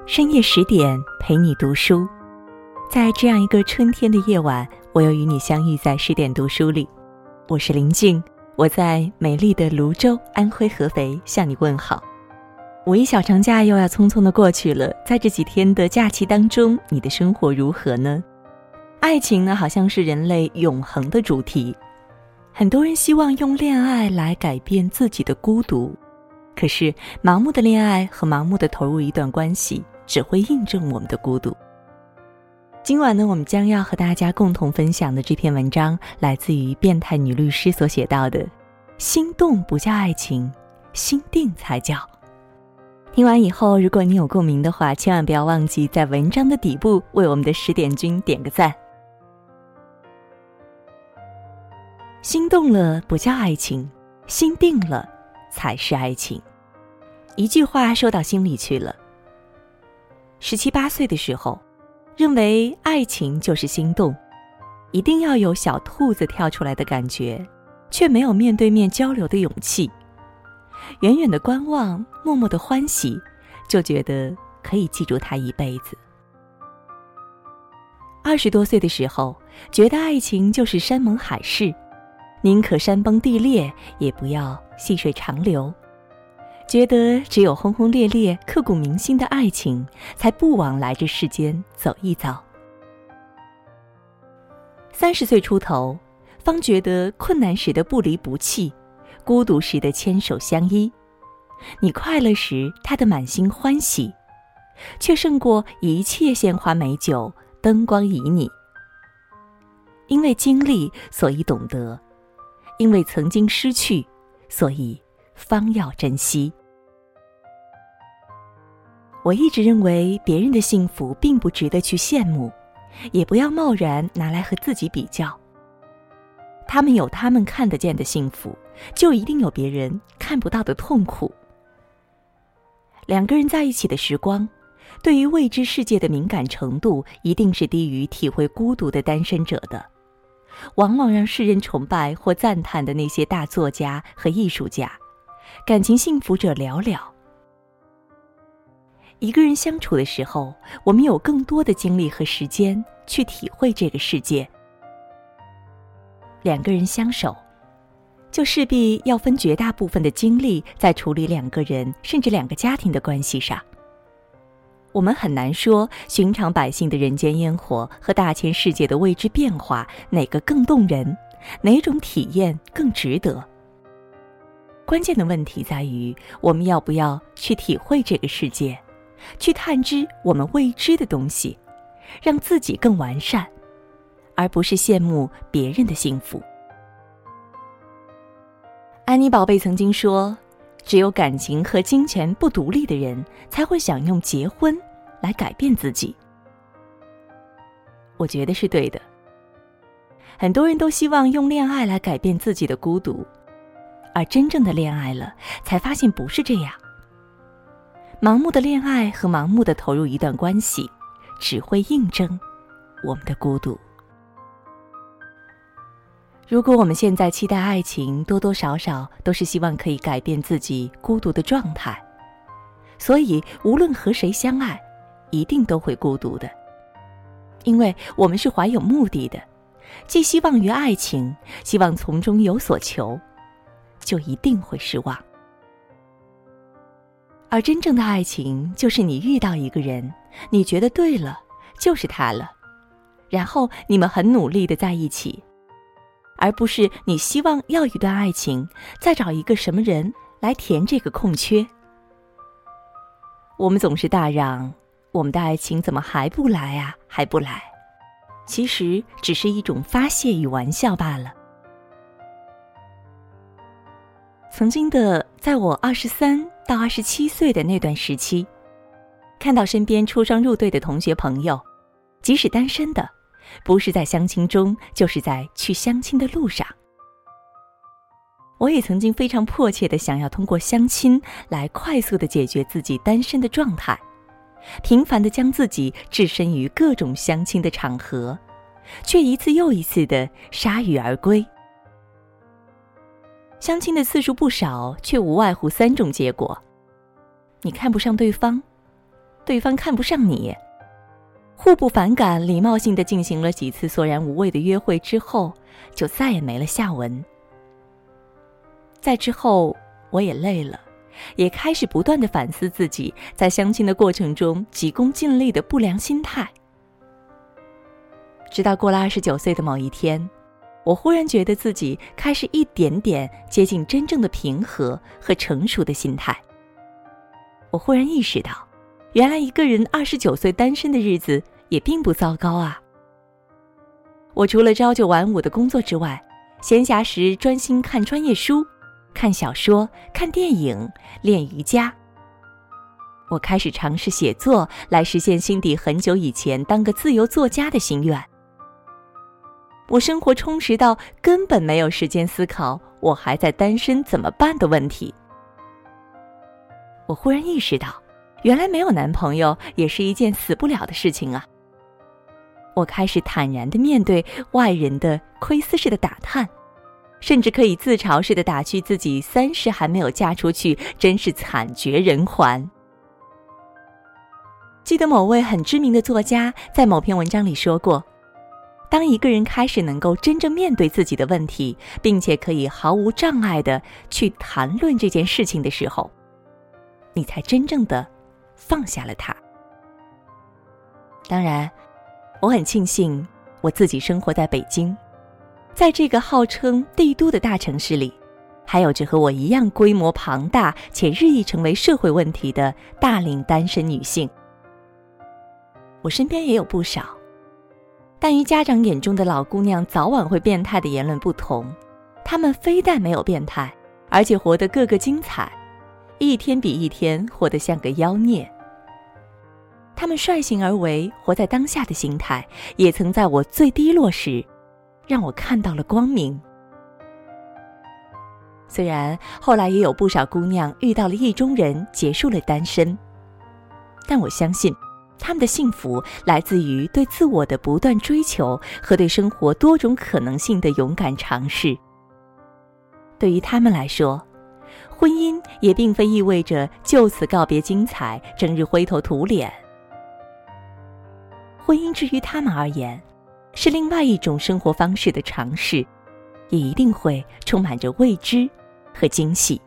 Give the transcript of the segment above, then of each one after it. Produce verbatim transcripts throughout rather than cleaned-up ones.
深夜十点陪你读书，在这样一个春天的夜晚，我又与你相遇在十点读书里。我是林静，我在美丽的泸州，安徽合肥向你问好。五一小长假又要匆匆的过去了，在这几天的假期当中，你的生活如何呢？爱情呢，好像是人类永恒的主题。很多人希望用恋爱来改变自己的孤独，可是盲目的恋爱和盲目的投入一段关系，只会印证我们的孤独。今晚呢，我们将要和大家共同分享的这篇文章，来自于变态女律师所写到的：心动不叫爱情，心定才叫。听完以后，如果你有共鸣的话，千万不要忘记在文章的底部为我们的十点君点个赞。心动了不叫爱情，心定了才是爱情。一句话说到心里去了。十七八岁的时候，认为爱情就是心动，一定要有小兔子跳出来的感觉，却没有面对面交流的勇气。远远的观望，默默的欢喜，就觉得可以记住他一辈子。二十多岁的时候，觉得爱情就是山盟海誓，宁可山崩地裂，也不要细水长流。觉得只有轰轰烈烈、刻骨铭心的爱情，才不枉来这世间走一遭。三十岁出头，方觉得困难时的不离不弃，孤独时的牵手相依。你快乐时，他的满心欢喜，却胜过一切鲜花美酒、灯光旖旎。因为经历，所以懂得；因为曾经失去，所以方要珍惜。我一直认为别人的幸福并不值得去羡慕，也不要贸然拿来和自己比较。他们有他们看得见的幸福，就一定有别人看不到的痛苦。两个人在一起的时光，对于未知世界的敏感程度，一定是低于体会孤独的单身者的。往往让世人崇拜或赞叹的那些大作家和艺术家，感情幸福者寥寥。一个人相处的时候，我们有更多的精力和时间去体会这个世界。两个人相守，就势必要分绝大部分的精力在处理两个人甚至两个家庭的关系上。我们很难说寻常百姓的人间烟火和大千世界的未知变化哪个更动人，哪种体验更值得。关键的问题在于，我们要不要去体会这个世界，去探知我们未知的东西，让自己更完善，而不是羡慕别人的幸福。安妮宝贝曾经说，只有感情和金钱不独立的人，才会想用结婚来改变自己。我觉得是对的。很多人都希望用恋爱来改变自己的孤独，而真正的恋爱了，才发现不是这样。盲目的恋爱和盲目的投入一段关系，只会印证我们的孤独。如果我们现在期待爱情，多多少少都是希望可以改变自己孤独的状态，所以无论和谁相爱，一定都会孤独的。因为我们是怀有目的的，既希望于爱情，希望从中有所求，就一定会失望。而真正的爱情，就是你遇到一个人，你觉得对了，就是他了，然后你们很努力地在一起，而不是你希望要一段爱情，再找一个什么人来填这个空缺。我们总是大嚷，我们的爱情怎么还不来啊，还不来？其实只是一种发泄与玩笑罢了。曾经的，在我二十三到二十七岁的那段时期，看到身边出双入对的同学朋友，即使单身的，不是在相亲中，就是在去相亲的路上。我也曾经非常迫切地想要通过相亲来快速地解决自己单身的状态，频繁地将自己置身于各种相亲的场合，却一次又一次地铩羽而归。相亲的次数不少，却无外乎三种结果：你看不上对方， 对方看不上你。互不反感，礼貌性地进行了几次索然无味的约会之后，就再也没了下文。在之后，我也累了，也开始不断地反思自己在相亲的过程中急功近利的不良心态。直到过了二十九岁的某一天，我忽然觉得自己开始一点点接近真正的平和和成熟的心态。我忽然意识到，原来一个人二十九岁单身的日子也并不糟糕啊。我除了朝九晚五的工作之外，闲暇时专心看专业书，看小说，看电影，练瑜伽。我开始尝试写作，来实现心底很久以前当个自由作家的心愿。我生活充实到根本没有时间思考我还在单身怎么办的问题。我忽然意识到，原来没有男朋友也是一件死不了的事情啊。我开始坦然地面对外人的窥私式的打探，甚至可以自嘲式地打趣自己三十还没有嫁出去，真是惨绝人寰。记得某位很知名的作家在某篇文章里说过，当一个人开始能够真正面对自己的问题，并且可以毫无障碍地去谈论这件事情的时候，你才真正地放下了它。当然，我很庆幸我自己生活在北京，在这个号称帝都的大城市里，还有着和我一样规模庞大且日益成为社会问题的大龄单身女性。我身边也有不少，但与家长眼中的老姑娘早晚会变态的言论不同，她们非但没有变态，而且活得个个精彩，一天比一天活得像个妖孽。她们率性而为，活在当下的心态，也曾在我最低落时让我看到了光明。虽然后来也有不少姑娘遇到了意中人，结束了单身，但我相信她们的幸福来自于对自我的不断追求和对生活多种可能性的勇敢尝试。对于她们来说，婚姻也并非意味着就此告别精彩，整日灰头土脸。婚姻至于他们而言，是另外一种生活方式的尝试，也一定会充满着未知和惊喜。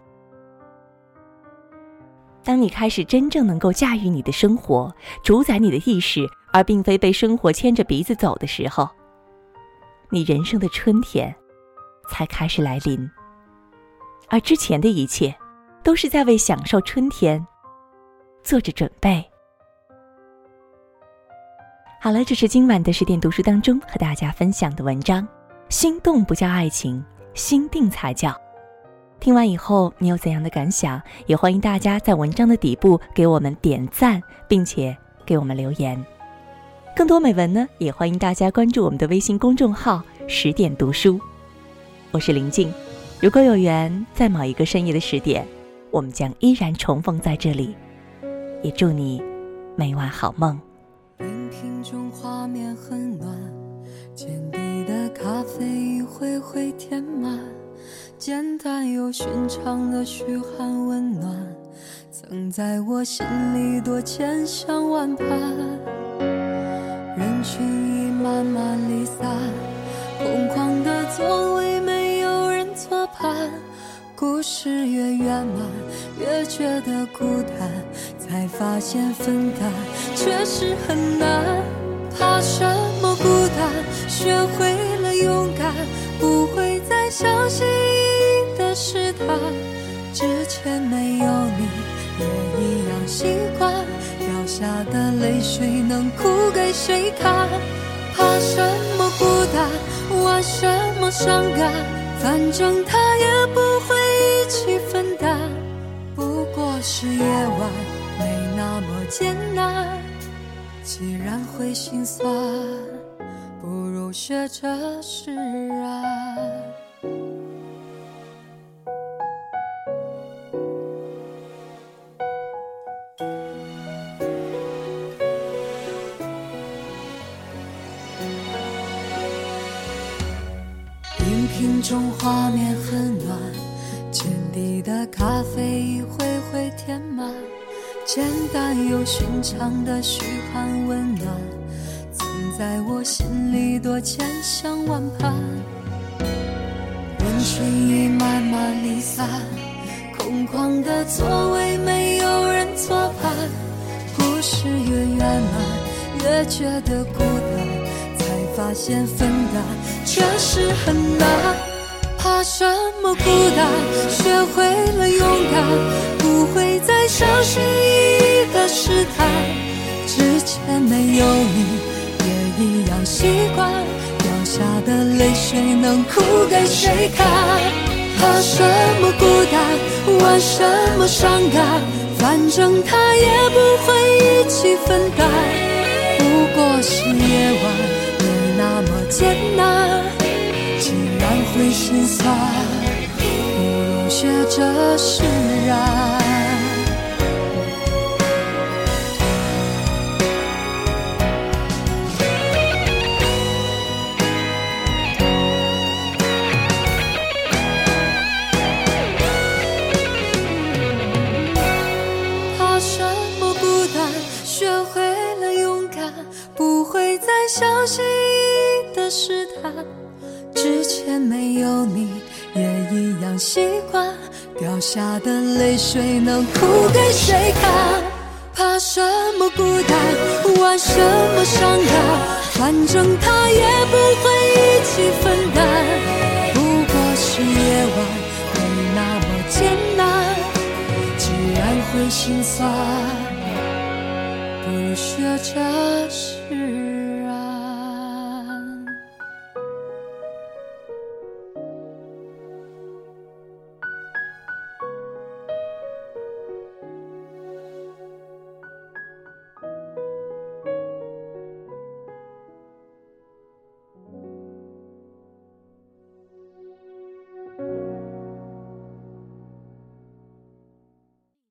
当你开始真正能够驾驭你的生活，主宰你的意识，而并非被生活牵着鼻子走的时候，你人生的春天才开始来临。而之前的一切，都是在为享受春天做着准备。好了，这是今晚的十点读书当中和大家分享的文章，心动不叫爱情，心定才叫。听完以后你有怎样的感想，也欢迎大家在文章的底部给我们点赞，并且给我们留言。更多美文呢，也欢迎大家关注我们的微信公众号十点读书。我是林静，如果有缘，在某一个深夜的十点，我们将依然重逢在这里。也祝你每晚好梦。 饮瓶中画面很暖，见底的咖啡一回回填满，简单又寻常的嘘寒问暖，曾在我心里多千想万盼。人群已慢慢离散，空旷的座位没有人坐伴，故事越圆满越觉得孤单，才发现分担确实很难。怕什么孤单，学会了勇敢，不会再相信意义的试探。之前没有你也一样习惯，掉下的泪水能哭给谁看？怕什么孤单，玩什么伤感，反正他也不会一起分担。不过是夜晚没那么艰难，既然会心酸，不如学着释然。饮瓶中画面很暖，见底的咖啡一回回填满， 简单又寻常的嘘寒问暖，曾在我心里多千想万盼。人群已慢慢离散，空旷的座位没有人作伴。故事越圆满，越觉得孤单，才发现分担确实很难。怕什么孤单，学会了勇敢，不会再小心翼翼的试探。之前没有你也一样习惯，掉下的泪水能哭给谁看？怕什么孤单，玩什么伤感，反正他也不会一起分担。不过是夜晚没那么艰难，既然会心酸，不如学着释然。怕什么孤单，学会了勇敢，不会再小心翼翼的试探。之前没有你也一样习惯，掉下的泪水能哭给谁看？怕什么孤单，玩什么伤感，反正他也不会一起分担。不过是夜晚没那么艰难，既然会心酸，不如学着释然。